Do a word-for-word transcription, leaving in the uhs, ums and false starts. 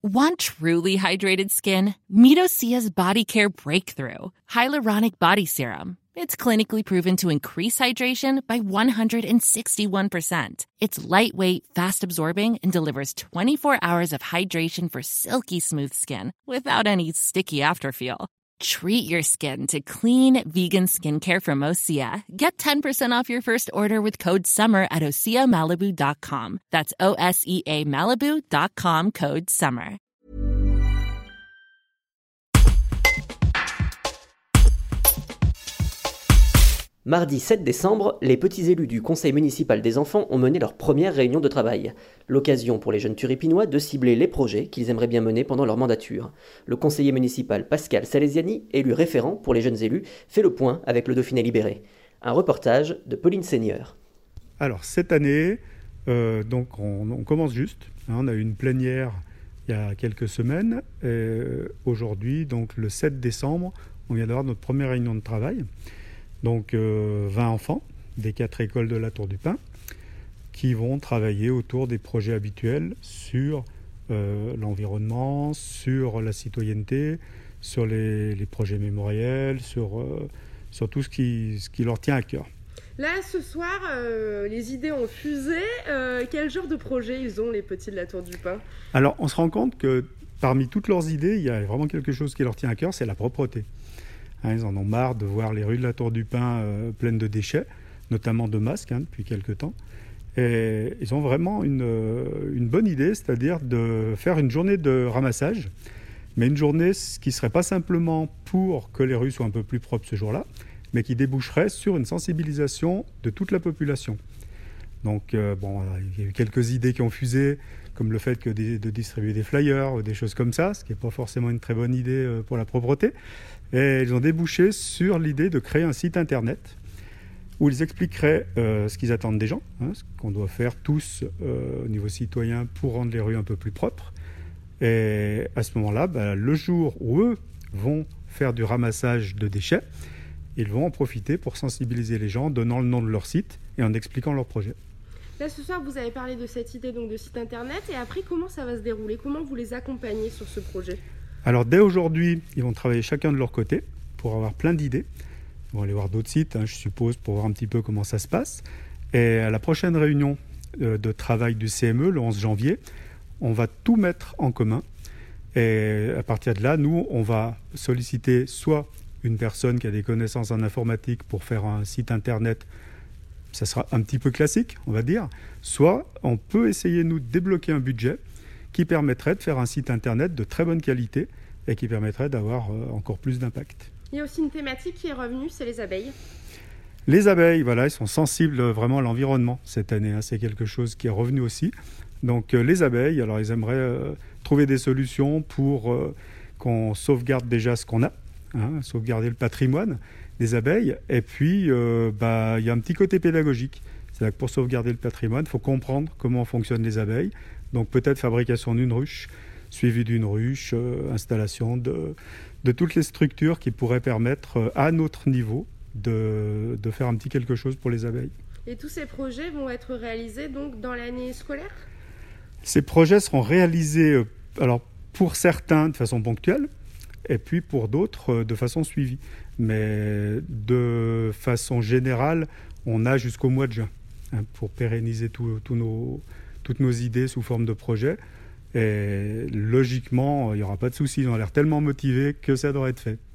Want truly hydrated skin? Meet Osea's Body Care Breakthrough Hyaluronic Body Serum. It's clinically proven to increase hydration by one hundred sixty-one percent. It's lightweight, fast-absorbing, and delivers twenty-four hours of hydration for silky smooth skin without any sticky afterfeel. Treat your skin to clean, vegan skincare from Osea. Get ten percent off your first order with code SUMMER at osea malibu dot com. That's O S E A Malibu dot com, code SUMMER. Mardi sept décembre, les petits élus du conseil municipal des enfants ont mené leur première réunion de travail. L'occasion pour les jeunes turipinois de cibler les projets qu'ils aimeraient bien mener pendant leur mandature. Le conseiller municipal Pascal Salesiani, élu référent pour les jeunes élus, fait le point avec le Dauphiné libéré. Un reportage de Pauline Seigneur. Alors cette année, euh, donc on, on commence juste. Hein, on a eu une plénière il y a quelques semaines. Et euh, aujourd'hui, donc le sept décembre, on vient d'avoir notre première réunion de travail. Donc euh, vingt enfants des quatre écoles de la Tour du Pin qui vont travailler autour des projets habituels sur euh, l'environnement, sur la citoyenneté, sur les, les projets mémoriels, sur, euh, sur tout ce qui, ce qui leur tient à cœur. Là, ce soir, euh, les idées ont fusé. Euh, quel genre de projet ils ont, les petits de la Tour du Pin ? Alors, on se rend compte que parmi toutes leurs idées, il y a vraiment quelque chose qui leur tient à cœur, c'est la propreté. Ils en ont marre de voir les rues de la Tour du Pin euh, pleines de déchets, notamment de masques hein, depuis quelques temps. Et ils ont vraiment une, une bonne idée, c'est-à-dire de faire une journée de ramassage, mais une journée qui ne serait pas simplement pour que les rues soient un peu plus propres ce jour-là, mais qui déboucherait sur une sensibilisation de toute la population. Donc, euh, bon, il y a eu quelques idées qui ont fusé, comme le fait que des, de distribuer des flyers ou des choses comme ça, ce qui n'est pas forcément une très bonne idée pour la propreté. Et ils ont débouché sur l'idée de créer un site internet où ils expliqueraient euh, ce qu'ils attendent des gens, hein, ce qu'on doit faire tous euh, au niveau citoyen pour rendre les rues un peu plus propres. Et à ce moment-là, bah, le jour où eux vont faire du ramassage de déchets, ils vont en profiter pour sensibiliser les gens en donnant le nom de leur site et en expliquant leur projet. Là, ce soir, vous avez parlé de cette idée donc, de site internet. Et après, comment ça va se dérouler ? Comment vous les accompagnez sur ce projet ? Alors, dès aujourd'hui, ils vont travailler chacun de leur côté pour avoir plein d'idées. Ils vont aller voir d'autres sites, hein, je suppose, pour voir un petit peu comment ça se passe. Et à la prochaine réunion euh, de travail du C M E, le onze janvier, on va tout mettre en commun. Et à partir de là, nous, on va solliciter soit une personne qui a des connaissances en informatique pour faire un site internet. Ça sera un petit peu classique, on va dire. Soit on peut essayer, nous, de débloquer un budget qui permettrait de faire un site internet de très bonne qualité et qui permettrait d'avoir euh, encore plus d'impact. Il y a aussi une thématique qui est revenue, c'est les abeilles. Les abeilles, voilà, ils sont sensibles vraiment à l'environnement cette année. Hein, c'est quelque chose qui est revenu aussi. Donc euh, les abeilles, alors ils aimeraient euh, trouver des solutions pour euh, qu'on sauvegarde déjà ce qu'on a, hein, sauvegarder le patrimoine des abeilles. Et puis, euh, bah, il y a un petit côté pédagogique. C'est-à-dire que pour sauvegarder le patrimoine, il faut comprendre comment fonctionnent les abeilles. Donc peut-être fabrication d'une ruche, suivi d'une ruche, euh, installation de, de toutes les structures qui pourraient permettre euh, à notre niveau de, de faire un petit quelque chose pour les abeilles. Et tous ces projets vont être réalisés donc dans l'année scolaire ? Ces projets seront réalisés euh, alors, pour certains de façon ponctuelle et puis pour d'autres euh, de façon suivie. Mais de façon générale, on a jusqu'au mois de juin hein, pour pérenniser tout, tout nos... toutes nos idées sous forme de projet. Et logiquement, il n'y aura pas de souci. Ils ont l'air tellement motivés que ça devrait être fait.